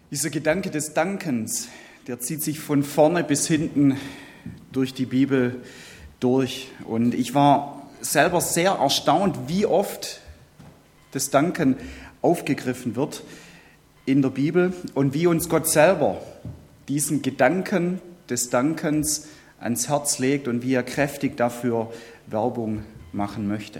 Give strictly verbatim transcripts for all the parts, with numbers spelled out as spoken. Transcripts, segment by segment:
Dieser Gedanke des Dankens, der zieht sich von vorne bis hinten durch die Bibel durch. Und ich war selber sehr erstaunt, wie oft das Danken aufgegriffen wird in der Bibel und wie uns Gott selber diesen Gedanken des Dankens ans Herz legt und wie er kräftig dafür Werbung machen möchte.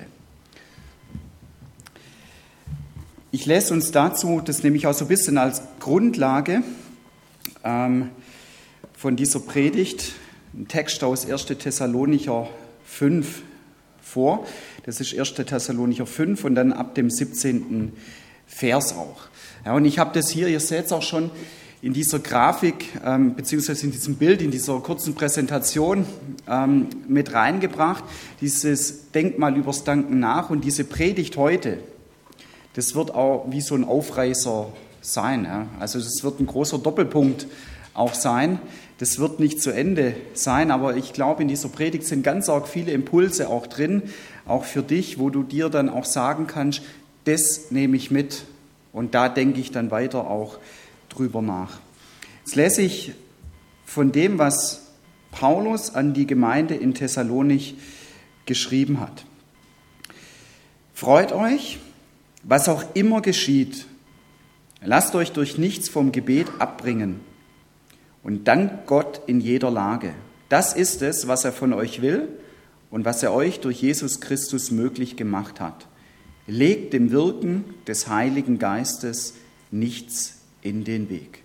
Ich lese uns dazu, das nehme ich auch so ein bisschen als Grundlage ähm, von dieser Predigt, einen Text aus erster Thessalonicher fünf vor. Das ist erster Thessalonicher fünf und dann ab dem siebzehnten Vers auch. Ja, und ich habe das hier, ihr seht es auch schon in dieser Grafik, ähm, beziehungsweise in diesem Bild, in dieser kurzen Präsentation ähm, mit reingebracht, dieses Denkmal übers Danken nach und diese Predigt heute. Das wird auch wie so ein Aufreißer sein. Ja. Also das wird ein großer Doppelpunkt auch sein. Das wird nicht zu Ende sein, aber ich glaube, in dieser Predigt sind ganz arg viele Impulse auch drin, auch für dich, wo du dir dann auch sagen kannst, das nehme ich mit und da denke ich dann weiter auch drüber nach. Jetzt lese ich von dem, was Paulus an die Gemeinde in Thessalonich geschrieben hat. Freut euch, was auch immer geschieht, lasst euch durch nichts vom Gebet abbringen und dankt Gott in jeder Lage. Das ist es, was er von euch will und was er euch durch Jesus Christus möglich gemacht hat. Legt dem Wirken des Heiligen Geistes nichts in den Weg.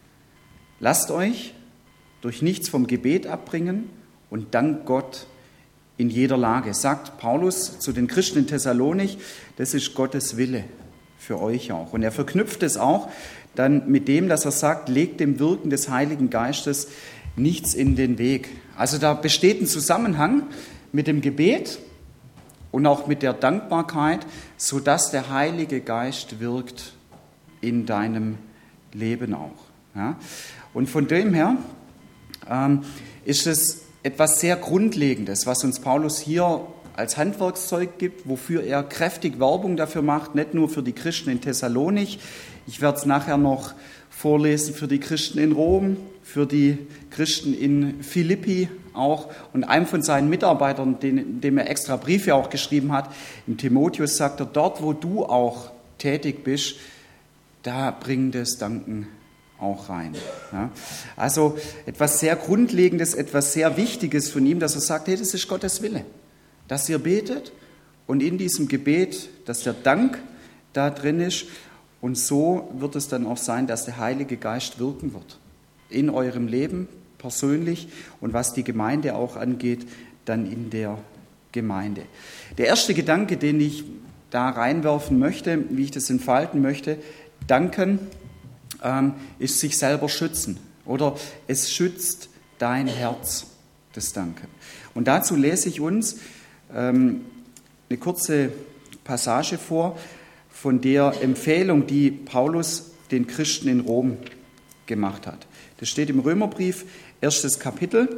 Lasst euch durch nichts vom Gebet abbringen und dankt Gott in jeder Lage, sagt Paulus zu den Christen in Thessalonich, das ist Gottes Wille für euch auch. Und er verknüpft es auch dann mit dem, dass er sagt, legt dem Wirken des Heiligen Geistes nichts in den Weg. Also da besteht ein Zusammenhang mit dem Gebet und auch mit der Dankbarkeit, sodass der Heilige Geist wirkt in deinem Leben auch. Ja? Und von dem her ähm, ist es etwas sehr Grundlegendes, was uns Paulus hier als Handwerkszeug gibt, wofür er kräftig Werbung dafür macht, nicht nur für die Christen in Thessalonich. Ich werde es nachher noch vorlesen für die Christen in Rom, für die Christen in Philippi auch. Und einem von seinen Mitarbeitern, den, dem er extra Briefe auch geschrieben hat, im Timotheus sagt er, dort wo du auch tätig bist, da bring das Danken auch rein. Ja. Also etwas sehr Grundlegendes, etwas sehr Wichtiges von ihm, dass er sagt, hey, das ist Gottes Wille, dass ihr betet und in diesem Gebet, dass der Dank da drin ist und so wird es dann auch sein, dass der Heilige Geist wirken wird in eurem Leben persönlich und was die Gemeinde auch angeht, dann in der Gemeinde. Der erste Gedanke, den ich da reinwerfen möchte, wie ich das entfalten möchte, Danken ähm, ist sich selber schützen oder es schützt dein Herz, das Danken. Und dazu lese ich uns ähm, eine kurze Passage vor von der Empfehlung, die Paulus den Christen in Rom gemacht hat. Das steht im Römerbrief, erstes Kapitel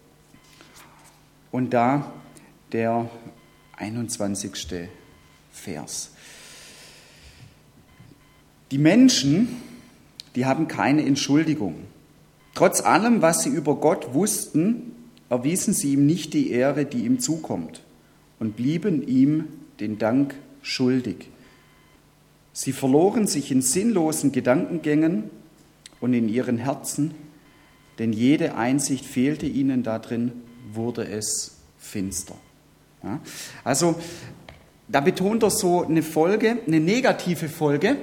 und da der einundzwanzigste Vers. Die Menschen, die haben keine Entschuldigung. Trotz allem, was sie über Gott wussten, erwiesen sie ihm nicht die Ehre, die ihm zukommt und blieben ihm den Dank schuldig. Sie verloren sich in sinnlosen Gedankengängen und in ihren Herzen, denn jede Einsicht fehlte ihnen, darin wurde es finster. Ja, also da betont er so eine Folge, eine negative Folge,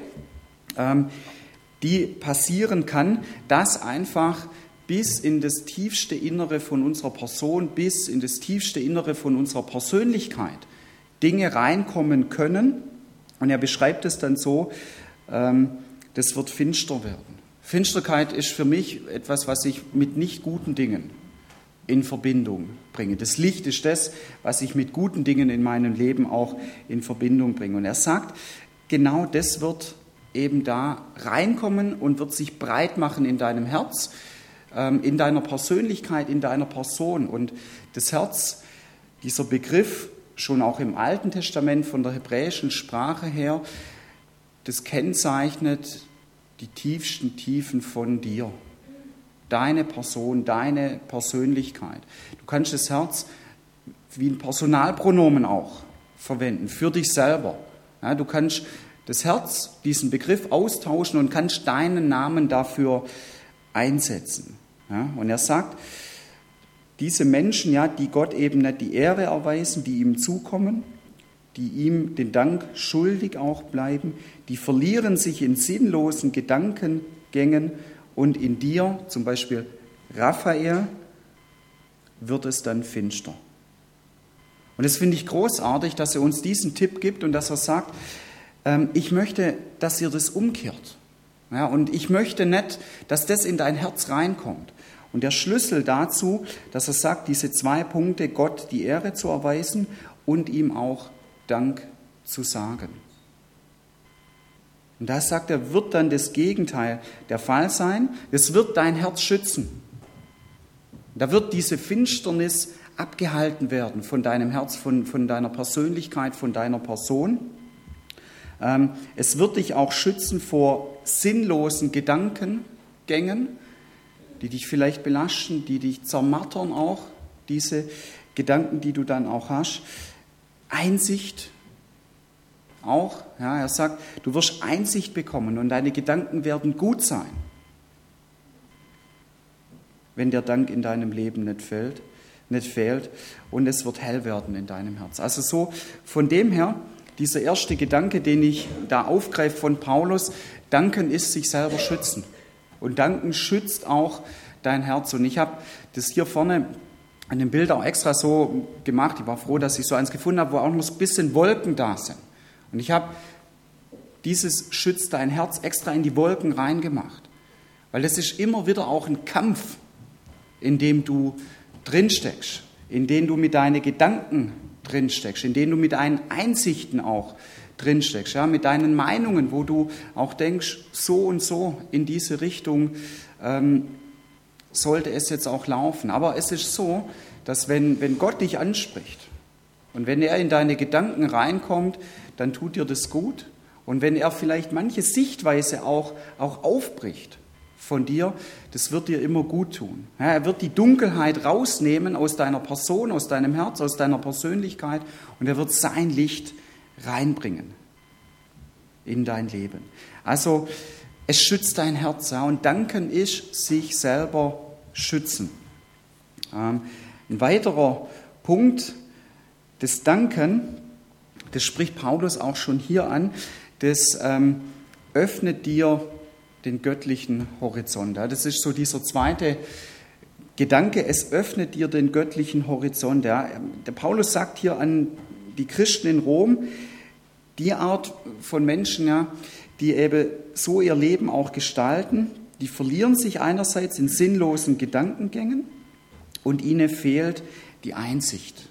die passieren kann, dass einfach bis in das tiefste Innere von unserer Person, bis in das tiefste Innere von unserer Persönlichkeit Dinge reinkommen können. Und er beschreibt es dann so, das wird finster werden. Finsterkeit ist für mich etwas, was ich mit nicht guten Dingen in Verbindung bringe. Das Licht ist das, was ich mit guten Dingen in meinem Leben auch in Verbindung bringe. Und er sagt, genau das wird eben da reinkommen und wird sich breit machen in deinem Herz, in deiner Persönlichkeit, in deiner Person. Und das Herz, dieser Begriff, schon auch im Alten Testament von der hebräischen Sprache her, das kennzeichnet die tiefsten Tiefen von dir. Deine Person, deine Persönlichkeit. Du kannst das Herz wie ein Personalpronomen auch verwenden, für dich selber. Ja, du kannst das Herz, diesen Begriff austauschen und kannst deinen Namen dafür einsetzen. Ja, und er sagt, diese Menschen, ja, die Gott eben nicht die Ehre erweisen, die ihm zukommen, die ihm den Dank schuldig auch bleiben, die verlieren sich in sinnlosen Gedankengängen und in dir, zum Beispiel Raphael, wird es dann finster. Und das finde ich großartig, dass er uns diesen Tipp gibt und dass er sagt, ähm, ich möchte, dass ihr das umkehrt. Ja, und ich möchte nicht, dass das in dein Herz reinkommt. Und der Schlüssel dazu, dass er sagt, diese zwei Punkte, Gott die Ehre zu erweisen und ihm auch Dank zu sagen. Und da sagt er, wird dann das Gegenteil der Fall sein. Es wird dein Herz schützen. Da wird diese Finsternis abgehalten werden von deinem Herz, von, von deiner Persönlichkeit, von deiner Person. Ähm, es wird dich auch schützen vor sinnlosen Gedankengängen, die dich vielleicht belasten, die dich zermartern auch, diese Gedanken, die du dann auch hast. Einsicht auch, ja, er sagt, du wirst Einsicht bekommen und deine Gedanken werden gut sein, wenn der Dank in deinem Leben nicht fehlt, nicht fehlt und es wird hell werden in deinem Herz. Also so von dem her, dieser erste Gedanke, den ich da aufgreife von Paulus, Danken ist sich selber schützen. Und Danken schützt auch dein Herz. Und ich habe das hier vorne an dem Bild auch extra so gemacht. Ich war froh, dass ich so eins gefunden habe, wo auch noch ein bisschen Wolken da sind. Und ich habe dieses schützt dein Herz extra in die Wolken reingemacht. Weil das ist immer wieder auch ein Kampf, in dem du drinsteckst, in dem du mit deinen Gedanken drinsteckst, in dem du mit deinen Einsichten auch drinsteckst, ja, mit deinen Meinungen, wo du auch denkst, so und so in diese Richtung ähm, sollte es jetzt auch laufen. Aber es ist so, dass wenn, wenn Gott dich anspricht und wenn er in deine Gedanken reinkommt, dann tut dir das gut. Und wenn er vielleicht manche Sichtweise auch, auch aufbricht von dir, das wird dir immer gut tun. Ja, er wird die Dunkelheit rausnehmen aus deiner Person, aus deinem Herz, aus deiner Persönlichkeit und er wird sein Licht reinbringen in dein Leben. Also es schützt dein Herz, ja, und Danken ist sich selber schützen. Ähm, ein weiterer Punkt des Danken, das spricht Paulus auch schon hier an, das ähm, öffnet dir den göttlichen Horizont. Ja, das ist so dieser zweite Gedanke, es öffnet dir den göttlichen Horizont. Ja. Der Paulus sagt hier an die Christen in Rom, die Art von Menschen, ja, die eben so ihr Leben auch gestalten, die verlieren sich einerseits in sinnlosen Gedankengängen und ihnen fehlt die Einsicht.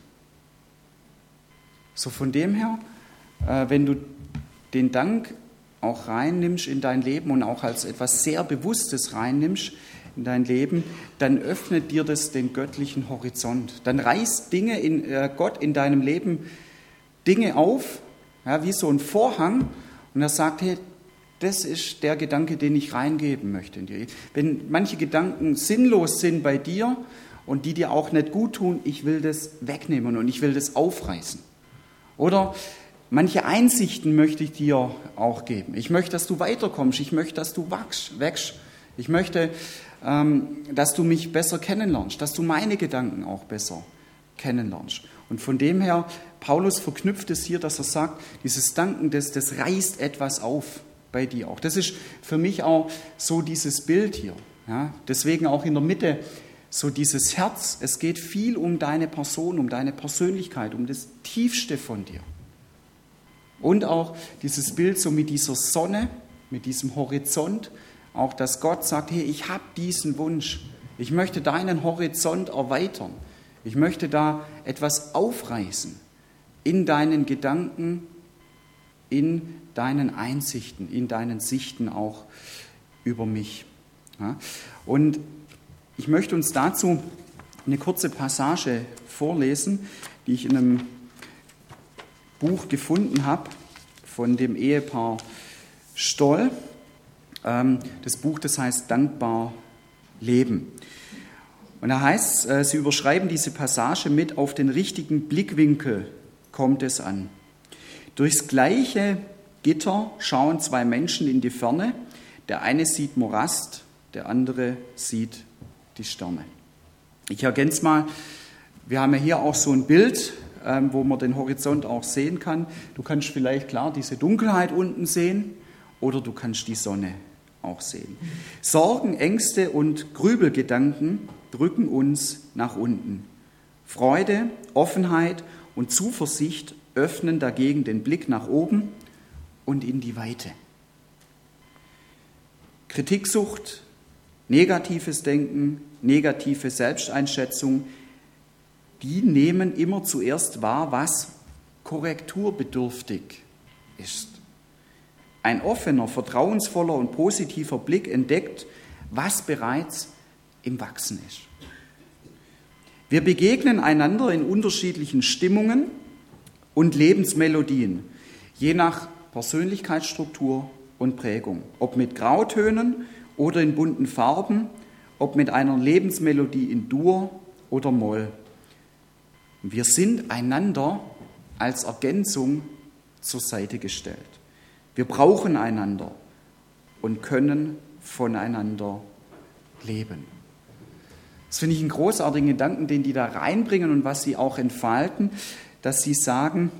So von dem her, äh, wenn du den Dank auch reinnimmst in dein Leben und auch als etwas sehr Bewusstes reinnimmst in dein Leben, dann öffnet dir das den göttlichen Horizont. Dann reißt Dinge in, äh, Gott in deinem Leben Dinge auf, ja, wie so ein Vorhang, und er sagt, hey, das ist der Gedanke, den ich reingeben möchte in dir. Wenn manche Gedanken sinnlos sind bei dir und die dir auch nicht gut tun, ich will das wegnehmen und ich will das aufreißen. Oder manche Einsichten möchte ich dir auch geben. Ich möchte, dass du weiterkommst. Ich möchte, dass du wachst, wächst. Ich möchte, ähm, dass du mich besser kennenlernst, dass du meine Gedanken auch besser kennenlernst. Und von dem her, Paulus verknüpft es hier, dass er sagt, dieses Danken, das, das reißt etwas auf bei dir auch. Das ist für mich auch so dieses Bild hier. Ja? Deswegen auch in der Mitte so dieses Herz. Es geht viel um deine Person, um deine Persönlichkeit, um das Tiefste von dir. Und auch dieses Bild so mit dieser Sonne, mit diesem Horizont, auch dass Gott sagt, hey, ich habe diesen Wunsch, ich möchte deinen Horizont erweitern, ich möchte da etwas aufreißen in deinen Gedanken, in deinen Einsichten, in deinen Sichten auch über mich. Ja? Und ich möchte uns dazu eine kurze Passage vorlesen, die ich in einem Buch gefunden habe von dem Ehepaar Stoll. Das Buch, das heißt Dankbar leben. Und da heißt es, sie überschreiben diese Passage mit: Auf den richtigen Blickwinkel kommt es an. Durchs gleiche Gitter schauen zwei Menschen in die Ferne. Der eine sieht Morast, der andere sieht die Sterne. Ich ergänze es mal, wir haben ja hier auch so ein Bild, wo man den Horizont auch sehen kann. Du kannst vielleicht klar diese Dunkelheit unten sehen oder du kannst die Sonne auch sehen. Sorgen, Ängste und Grübelgedanken drücken uns nach unten. Freude, Offenheit und Zuversicht öffnen dagegen den Blick nach oben und in die Weite. Kritiksucht, negatives Denken, negative Selbsteinschätzung, die nehmen immer zuerst wahr, was korrekturbedürftig ist. Ein offener, vertrauensvoller und positiver Blick entdeckt, was bereits im Wachsen ist. Wir begegnen einander in unterschiedlichen Stimmungen und Lebensmelodien, je nach Persönlichkeitsstruktur und Prägung. Ob mit Grautönen oder in bunten Farben, ob mit einer Lebensmelodie in Dur oder Moll. Wir sind einander als Ergänzung zur Seite gestellt. Wir brauchen einander und können voneinander leben. Das finde ich einen großartigen Gedanken, den die da reinbringen und was sie auch entfalten, dass sie sagen,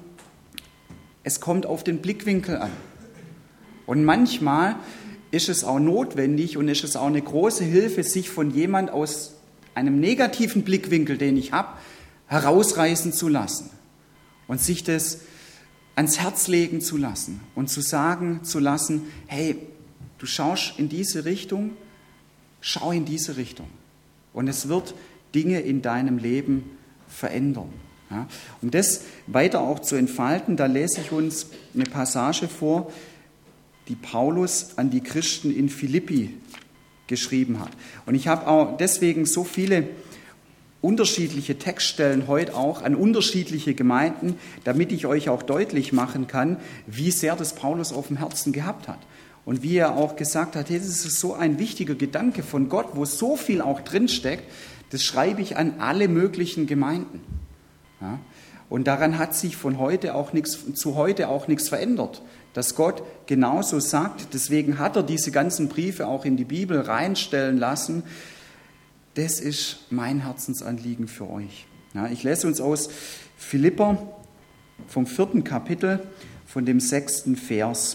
es kommt auf den Blickwinkel an. Und manchmal ist es auch notwendig und ist es auch eine große Hilfe, sich von jemand aus einem negativen Blickwinkel, den ich habe, herausreißen zu lassen und sich das ans Herz legen zu lassen und zu sagen zu lassen, hey, du schaust in diese Richtung, schau in diese Richtung. Und es wird Dinge in deinem Leben verändern. Ja, um das weiter auch zu entfalten, da lese ich uns eine Passage vor, die Paulus an die Christen in Philippi geschrieben hat. Und ich habe auch deswegen so viele unterschiedliche Textstellen heute auch an unterschiedliche Gemeinden, damit ich euch auch deutlich machen kann, wie sehr das Paulus auf dem Herzen gehabt hat. Und wie er auch gesagt hat, hey, das ist so ein wichtiger Gedanke von Gott, wo so viel auch drinsteckt, das schreibe ich an alle möglichen Gemeinden. Ja? Und daran hat sich von heute auch nichts, zu heute auch nichts verändert, dass Gott genauso sagt. Deswegen hat er diese ganzen Briefe auch in die Bibel reinstellen lassen. Das ist mein Herzensanliegen für euch. Ja, ich lese uns aus Philipper vom vierten Kapitel, von dem sechsten Vers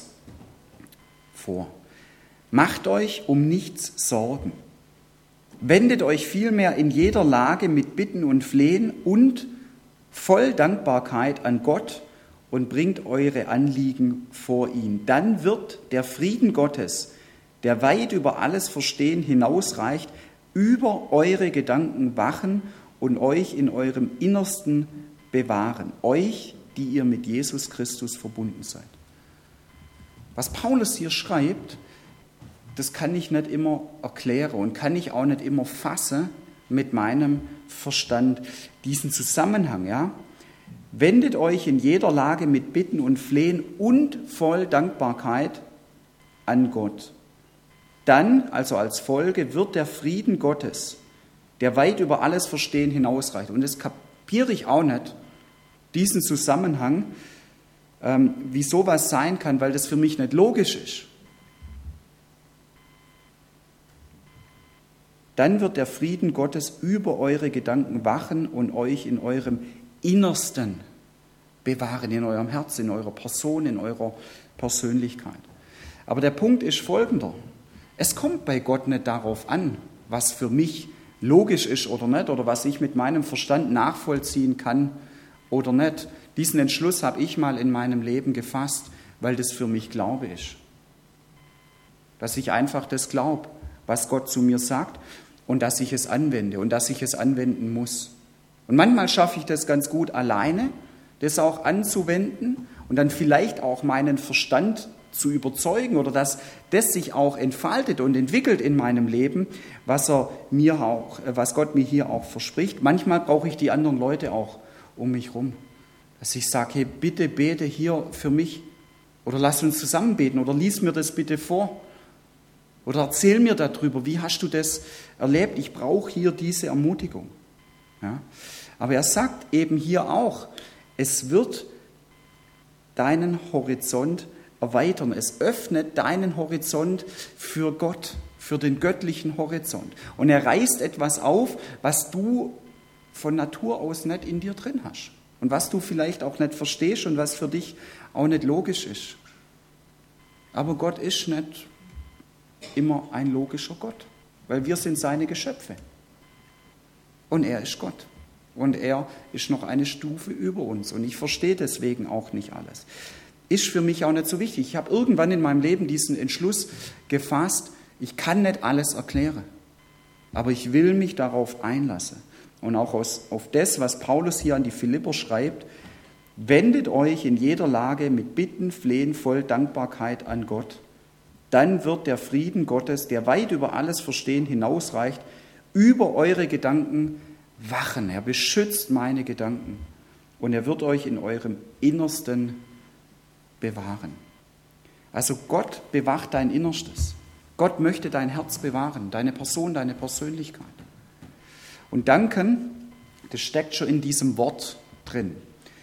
vor. Macht euch um nichts Sorgen. Wendet euch vielmehr in jeder Lage mit Bitten und Flehen und voll Dankbarkeit an Gott und bringt eure Anliegen vor ihn. Dann wird der Frieden Gottes, der weit über alles Verstehen hinausreicht, über eure Gedanken wachen und euch in eurem Innersten bewahren. Euch, die ihr mit Jesus Christus verbunden seid. Was Paulus hier schreibt, das kann ich nicht immer erklären und kann ich auch nicht immer fassen mit meinem Verstand. Diesen Zusammenhang, ja. Wendet euch in jeder Lage mit Bitten und Flehen und voll Dankbarkeit an Gott. Dann, also als Folge, wird der Frieden Gottes, der weit über alles Verstehen hinausreicht. Und das kapiere ich auch nicht, diesen Zusammenhang, ähm, wie sowas sein kann, weil das für mich nicht logisch ist. Dann wird der Frieden Gottes über eure Gedanken wachen und euch in eurem Innersten bewahren, in eurem Herz, in eurer Person, in eurer Persönlichkeit. Aber der Punkt ist folgender. Es kommt bei Gott nicht darauf an, was für mich logisch ist oder nicht, oder was ich mit meinem Verstand nachvollziehen kann oder nicht. Diesen Entschluss habe ich mal in meinem Leben gefasst, weil das für mich Glaube ist. Dass ich einfach das glaube, was Gott zu mir sagt und dass ich es anwende und dass ich es anwenden muss. Und manchmal schaffe ich das ganz gut alleine, das auch anzuwenden und dann vielleicht auch meinen Verstand zu überzeugen oder dass das sich auch entfaltet und entwickelt in meinem Leben, was er mir auch, was Gott mir hier auch verspricht. Manchmal brauche ich die anderen Leute auch um mich herum, dass ich sage, hey, bitte bete hier für mich oder lass uns zusammen beten oder lies mir das bitte vor. Oder erzähl mir darüber, wie hast du das erlebt? Ich brauche hier diese Ermutigung. Ja? Aber er sagt eben hier auch, es wird deinen Horizont erweitern. Es öffnet deinen Horizont für Gott, für den göttlichen Horizont. Und er reißt etwas auf, was du von Natur aus nicht in dir drin hast. Und was du vielleicht auch nicht verstehst und was für dich auch nicht logisch ist. Aber Gott ist nicht immer ein logischer Gott, weil wir sind seine Geschöpfe. Und er ist Gott. Und er ist noch eine Stufe über uns. Und ich verstehe deswegen auch nicht alles. Ist für mich auch nicht so wichtig. Ich habe irgendwann in meinem Leben diesen Entschluss gefasst, ich kann nicht alles erklären. Aber ich will mich darauf einlassen. Und auch aus, auf das, was Paulus hier an die Philipper schreibt, wendet euch in jeder Lage mit Bitten, Flehen, voll Dankbarkeit an Gott. Dann wird der Frieden Gottes, der weit über alles Verstehen hinausreicht, über eure Gedanken wachen. Er beschützt meine Gedanken und er wird euch in eurem Innersten bewahren. Also Gott bewacht dein Innerstes. Gott möchte dein Herz bewahren, deine Person, deine Persönlichkeit. Und danken, das steckt schon in diesem Wort drin.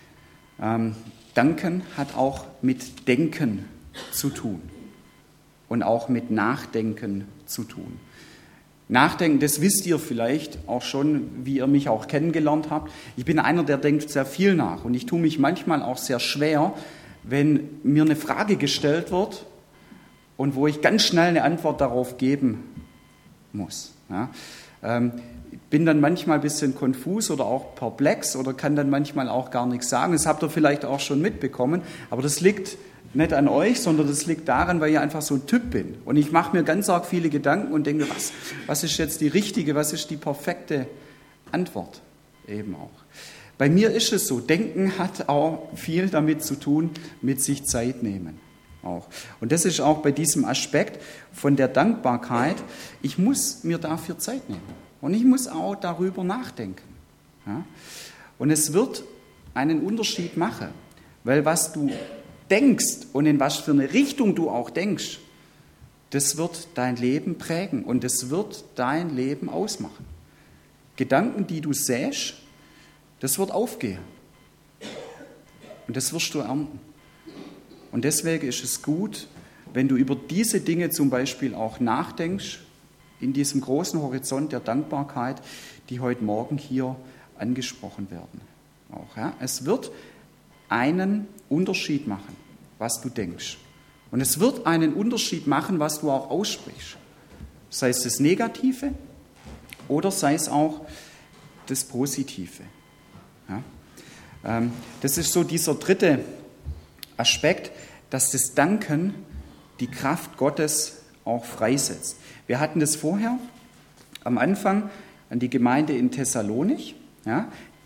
Ähm, danken hat auch mit Denken zu tun und auch mit Nachdenken zu tun. Nachdenken, das wisst ihr vielleicht auch schon, wie ihr mich auch kennengelernt habt. Ich bin einer, der denkt sehr viel nach und ich tue mich manchmal auch sehr schwer, wenn mir eine Frage gestellt wird und wo ich ganz schnell eine Antwort darauf geben muss. Ja, ähm, ich bin dann manchmal ein bisschen konfus oder auch perplex oder kann dann manchmal auch gar nichts sagen. Das habt ihr vielleicht auch schon mitbekommen, aber das liegt nicht an euch, sondern das liegt daran, weil ich einfach so ein Typ bin. Und ich mache mir ganz arg viele Gedanken und denke, was, was ist jetzt die richtige, was ist die perfekte Antwort eben auch. Bei mir ist es so, Denken hat auch viel damit zu tun, mit sich Zeit nehmen auch. Und das ist auch bei diesem Aspekt von der Dankbarkeit, ich muss mir dafür Zeit nehmen. Und ich muss auch darüber nachdenken. Ja? Und es wird einen Unterschied machen, weil was du denkst und in was für eine Richtung du auch denkst, das wird dein Leben prägen und das wird dein Leben ausmachen. Gedanken, die du säst, das wird aufgehen und das wirst du ernten. Und deswegen ist es gut, wenn du über diese Dinge zum Beispiel auch nachdenkst, in diesem großen Horizont der Dankbarkeit, die heute Morgen hier angesprochen werden. Auch, ja? Es wird einen Unterschied machen, was du denkst. Und es wird einen Unterschied machen, was du auch aussprichst. Sei es das Negative oder sei es auch das Positive. Ja? Ähm, das ist so dieser dritte Aspekt, dass das Danken die Kraft Gottes auch freisetzt. Wir hatten das vorher am Anfang an die Gemeinde in Thessalonich. Ja?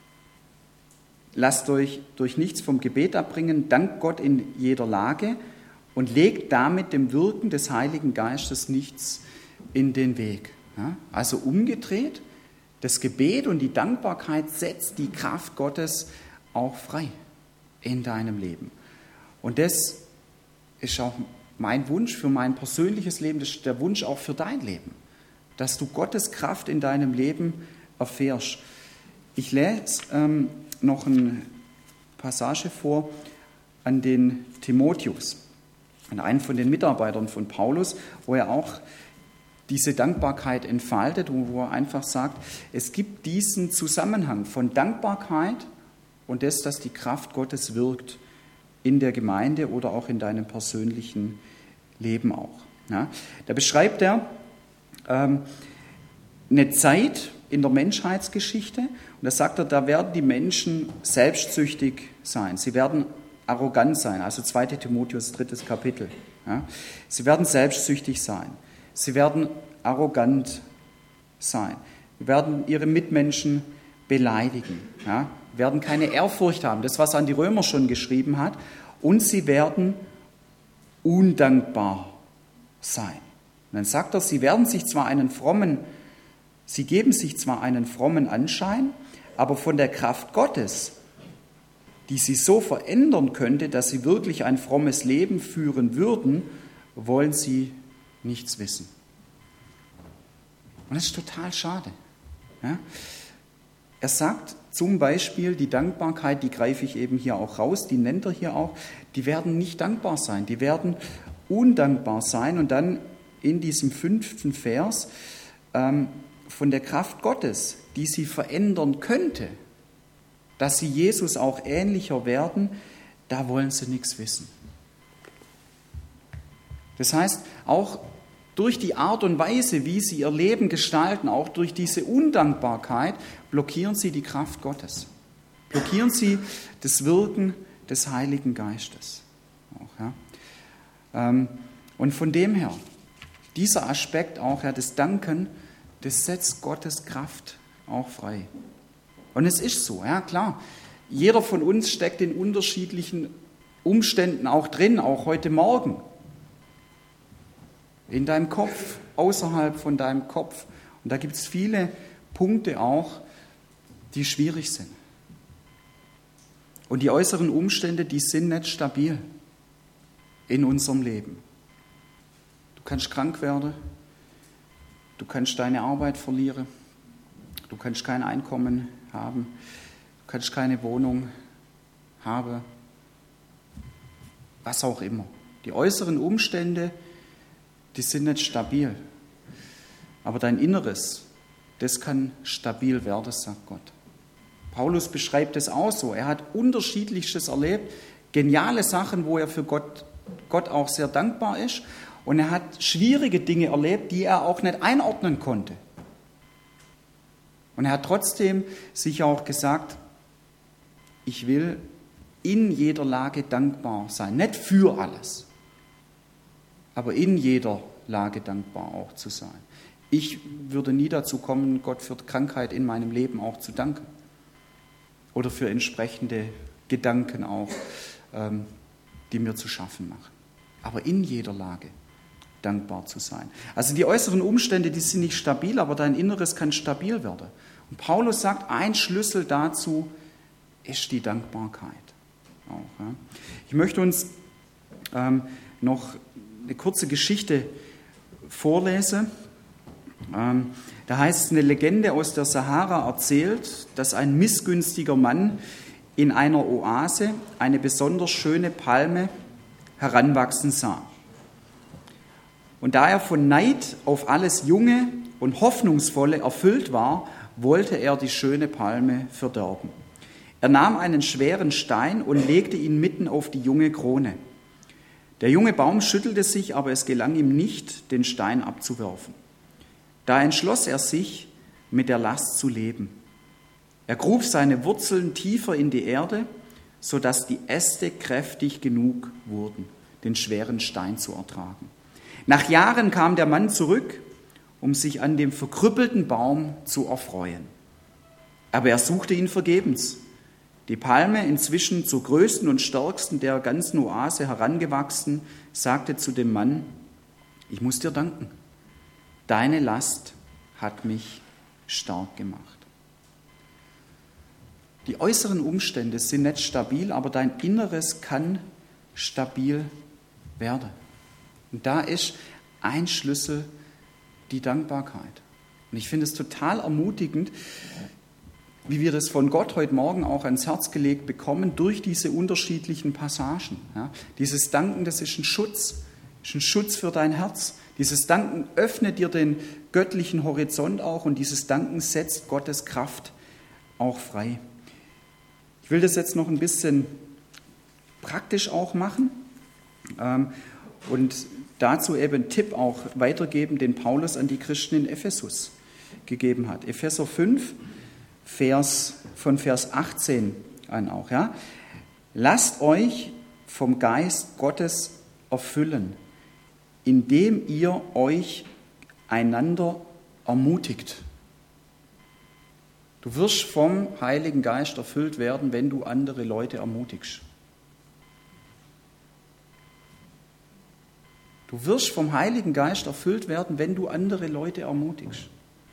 Lasst euch durch nichts vom Gebet abbringen, dankt Gott in jeder Lage und legt damit dem Wirken des Heiligen Geistes nichts in den Weg. Ja? Also umgedreht, das Gebet und die Dankbarkeit setzt die Kraft Gottes auch frei in deinem Leben. Und das ist auch mein Wunsch für mein persönliches Leben, das ist der Wunsch auch für dein Leben, dass du Gottes Kraft in deinem Leben erfährst. Ich lese ähm, noch eine Passage vor an den Timotheus, an einen von den Mitarbeitern von Paulus, wo er auch diese Dankbarkeit entfaltet und wo er einfach sagt, es gibt diesen Zusammenhang von Dankbarkeit und das, dass die Kraft Gottes wirkt in der Gemeinde oder auch in deinem persönlichen Leben auch. Ja, da beschreibt er ähm, eine Zeit in der Menschheitsgeschichte und da sagt er, da werden die Menschen selbstsüchtig sein, sie werden arrogant sein, also zweiter Timotheus, drittes Kapitel. Ja, sie werden selbstsüchtig sein, sie werden arrogant sein, sie werden ihre Mitmenschen beleidigen, ja, werden keine Ehrfurcht haben, das, was er an die Römer schon geschrieben hat, und sie werden undankbar sein. Und dann sagt er, sie werden sich zwar einen frommen, sie geben sich zwar einen frommen Anschein, aber von der Kraft Gottes, die sie so verändern könnte, dass sie wirklich ein frommes Leben führen würden, wollen sie nichts wissen. Und das ist total schade. Ja? Er sagt zum Beispiel, die Dankbarkeit, die greife ich eben hier auch raus, die nennt er hier auch, die werden nicht dankbar sein, die werden undankbar sein. Und dann in diesem fünften Vers ähm, von der Kraft Gottes, die sie verändern könnte, dass sie Jesus auch ähnlicher werden, da wollen sie nichts wissen. Das heißt, auch durch die Art und Weise, wie sie ihr Leben gestalten, auch durch diese Undankbarkeit, blockieren sie die Kraft Gottes. Blockieren sie das Wirken des Heiligen Geistes. Auch, ja. ähm, und von dem her, dieser Aspekt auch, ja, das Danken, das setzt Gottes Kraft auch frei. Und es ist so, ja klar, jeder von uns steckt in unterschiedlichen Umständen auch drin, auch heute Morgen. In deinem Kopf, außerhalb von deinem Kopf. Und da gibt es viele Punkte auch, die schwierig sind. Und die äußeren Umstände, die sind nicht stabil in unserem Leben. Du kannst krank werden, du kannst deine Arbeit verlieren, du kannst kein Einkommen haben, du kannst keine Wohnung haben, was auch immer. Die äußeren Umstände, die sind nicht stabil. Aber dein Inneres, das kann stabil werden, sagt Gott. Paulus beschreibt es auch so. Er hat Unterschiedliches erlebt, geniale Sachen, wo er für Gott, Gott auch sehr dankbar ist. Und er hat schwierige Dinge erlebt, die er auch nicht einordnen konnte. Und er hat trotzdem sich auch gesagt, ich will in jeder Lage dankbar sein. Nicht für alles, aber in jeder Lage dankbar auch zu sein. Ich würde nie dazu kommen, Gott für Krankheit in meinem Leben auch zu danken. Oder für entsprechende Gedanken auch, ähm, die mir zu schaffen machen. Aber in jeder Lage dankbar zu sein. Also die äußeren Umstände, die sind nicht stabil, aber dein Inneres kann stabil werden. Und Paulus sagt, ein Schlüssel dazu ist die Dankbarkeit. Auch, ja. Ich möchte uns ähm, noch eine kurze Geschichte vorlesen. Ähm, da heißt es, eine Legende aus der Sahara erzählt, dass ein missgünstiger Mann in einer Oase eine besonders schöne Palme heranwachsen sah. Und da er von Neid auf alles Junge und Hoffnungsvolle erfüllt war, wollte er die schöne Palme verderben. Er nahm einen schweren Stein und legte ihn mitten auf die junge Krone. Der junge Baum schüttelte sich, aber es gelang ihm nicht, den Stein abzuwerfen. Da entschloss er sich, mit der Last zu leben. Er grub seine Wurzeln tiefer in die Erde, sodass die Äste kräftig genug wurden, den schweren Stein zu ertragen. Nach Jahren kam der Mann zurück, um sich an dem verkrüppelten Baum zu erfreuen. Aber er suchte ihn vergebens. Die Palme, inzwischen zur größten und stärksten der ganzen Oase herangewachsen, sagte zu dem Mann, ich muss dir danken. Deine Last hat mich stark gemacht. Die äußeren Umstände sind nicht stabil, aber dein Inneres kann stabil werden. Und da ist ein Schlüssel die Dankbarkeit. Und ich finde es total ermutigend, wie wir das von Gott heute Morgen auch ans Herz gelegt bekommen, durch diese unterschiedlichen Passagen. Ja, dieses Danken, das ist ein Schutz, ist ein Schutz für dein Herz. Dieses Danken öffnet dir den göttlichen Horizont auch und dieses Danken setzt Gottes Kraft auch frei. Ich will das jetzt noch ein bisschen praktisch auch machen ähm, und dazu eben einen Tipp auch weitergeben, den Paulus an die Christen in Ephesus gegeben hat. Epheser fünf, Vers, von Vers achtzehn an auch. Ja? Lasst euch vom Geist Gottes erfüllen, indem ihr euch einander ermutigt. Du wirst vom Heiligen Geist erfüllt werden, wenn du andere Leute ermutigst. Du wirst vom Heiligen Geist erfüllt werden, wenn du andere Leute ermutigst.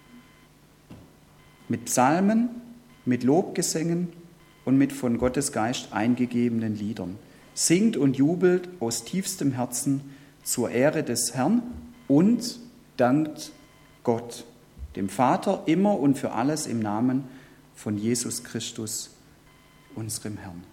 Mit Psalmen, mit Lobgesängen und mit von Gottes Geist eingegebenen Liedern. Singt und jubelt aus tiefstem Herzen zur Ehre des Herrn und dankt Gott dem Vater, immer und für alles im Namen von Jesus Christus, unserem Herrn.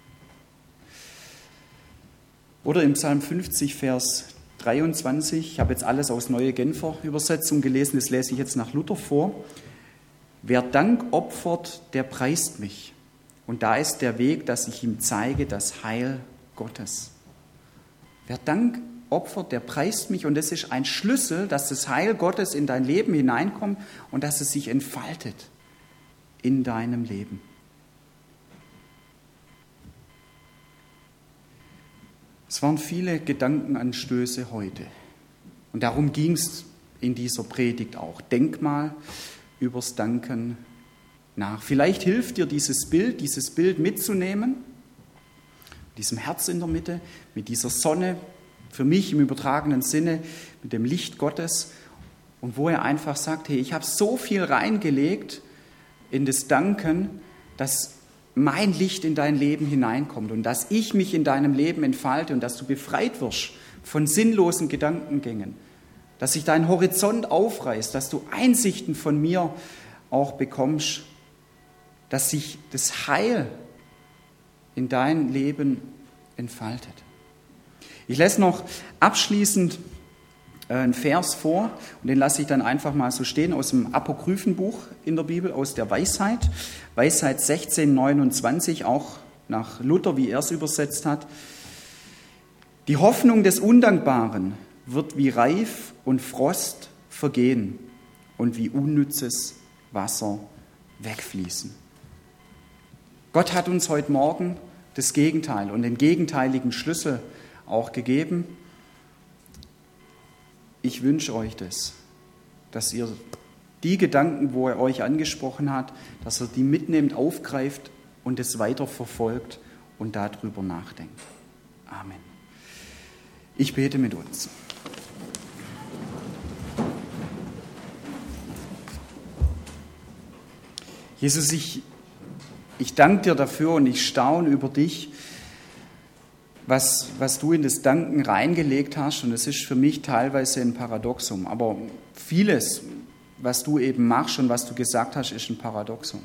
Oder im Psalm fünfzig, Vers dreiundzwanzig, ich habe jetzt alles aus Neue Genfer Übersetzung gelesen, das lese ich jetzt nach Luther vor. Wer Dank opfert, der preist mich. Und da ist der Weg, dass ich ihm zeige, das Heil Gottes. Wer Dank opfert, der preist mich. Und das ist ein Schlüssel, dass das Heil Gottes in dein Leben hineinkommt und dass es sich entfaltet in deinem Leben. Es waren viele Gedankenanstöße heute. Und darum ging es in dieser Predigt auch. Denk mal übers Danken nach. Vielleicht hilft dir dieses Bild, dieses Bild mitzunehmen, mit diesem Herz in der Mitte, mit dieser Sonne, für mich im übertragenen Sinne, mit dem Licht Gottes. Und wo er einfach sagt, hey, ich habe so viel reingelegt in das Danken, dass mein Licht in dein Leben hineinkommt und dass ich mich in deinem Leben entfalte und dass du befreit wirst von sinnlosen Gedankengängen, dass sich dein Horizont aufreißt, dass du Einsichten von mir auch bekommst, dass sich das Heil in dein Leben entfaltet. Ich lese noch abschließend einen Vers vor und den lasse ich dann einfach mal so stehen aus dem Apokryphenbuch in der Bibel, aus der Weisheit. Weisheit sechzehn neunundzwanzig, auch nach Luther, wie er es übersetzt hat. Die Hoffnung des Undankbaren wird wie Reif und Frost vergehen und wie unnützes Wasser wegfließen. Gott hat uns heute Morgen das Gegenteil und den gegenteiligen Schlüssel auch gegeben. Ich wünsche euch das, dass ihr die Gedanken, wo er euch angesprochen hat, dass ihr die mitnehmt, aufgreift und es weiter verfolgt und darüber nachdenkt. Amen. Ich bete mit uns. Jesus, ich, ich danke dir dafür und ich staune über dich, was, was du in das Danken reingelegt hast. Und es ist für mich teilweise ein Paradoxum. Aber vieles, was du eben machst und was du gesagt hast, ist ein Paradoxum.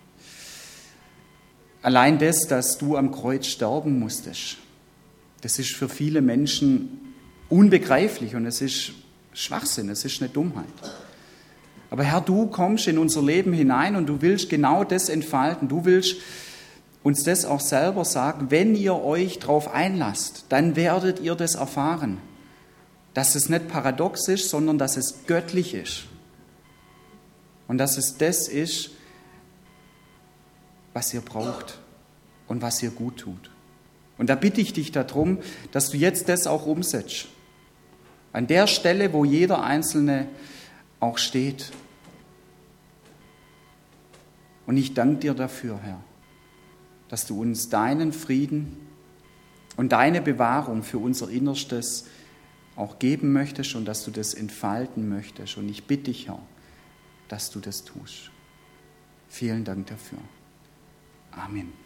Allein das, dass du am Kreuz sterben musstest, das ist für viele Menschen unbegreiflich und es ist Schwachsinn, es ist eine Dummheit. Aber Herr, du kommst in unser Leben hinein und du willst genau das entfalten. Du willst uns das auch selber sagen, wenn ihr euch darauf einlasst, dann werdet ihr das erfahren, dass es nicht paradox ist, sondern dass es göttlich ist und dass es das ist, was ihr braucht und was ihr gut tut. Und da bitte ich dich darum, dass du jetzt das auch umsetzt. An der Stelle, wo jeder Einzelne auch steht. Und ich danke dir dafür, Herr, dass du uns deinen Frieden und deine Bewahrung für unser Innerstes auch geben möchtest und dass du das entfalten möchtest. Und ich bitte dich, Herr, dass du das tust. Vielen Dank dafür. Amen.